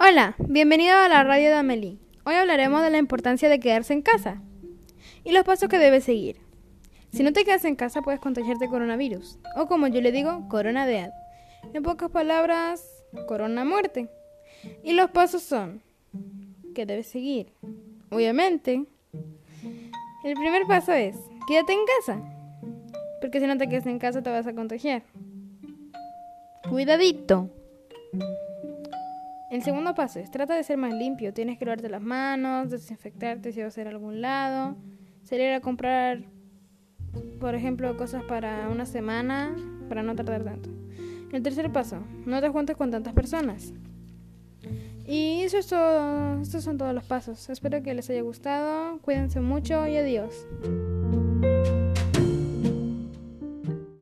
Hola, bienvenido a la radio de Amelie. Hoy hablaremos de la importancia de quedarse en casa y los pasos que debes seguir. Si no te quedas en casa puedes contagiarte coronavirus, o como yo le digo, corona dead. En pocas palabras, corona muerte. Y los pasos son que debes seguir. Obviamente, el primer paso es, quédate en casa, porque si no te quedas en casa te vas a contagiar. Cuidadito. El segundo paso es, trata de ser más limpio. Tienes que lavarte las manos, desinfectarte si vas a ir a algún lado, salir a comprar, por ejemplo, cosas para una semana, para no tardar tanto. El tercer paso, no te juntes con tantas personas. Y eso es todo. Estos son todos los pasos. Espero que les haya gustado. Cuídense mucho y adiós.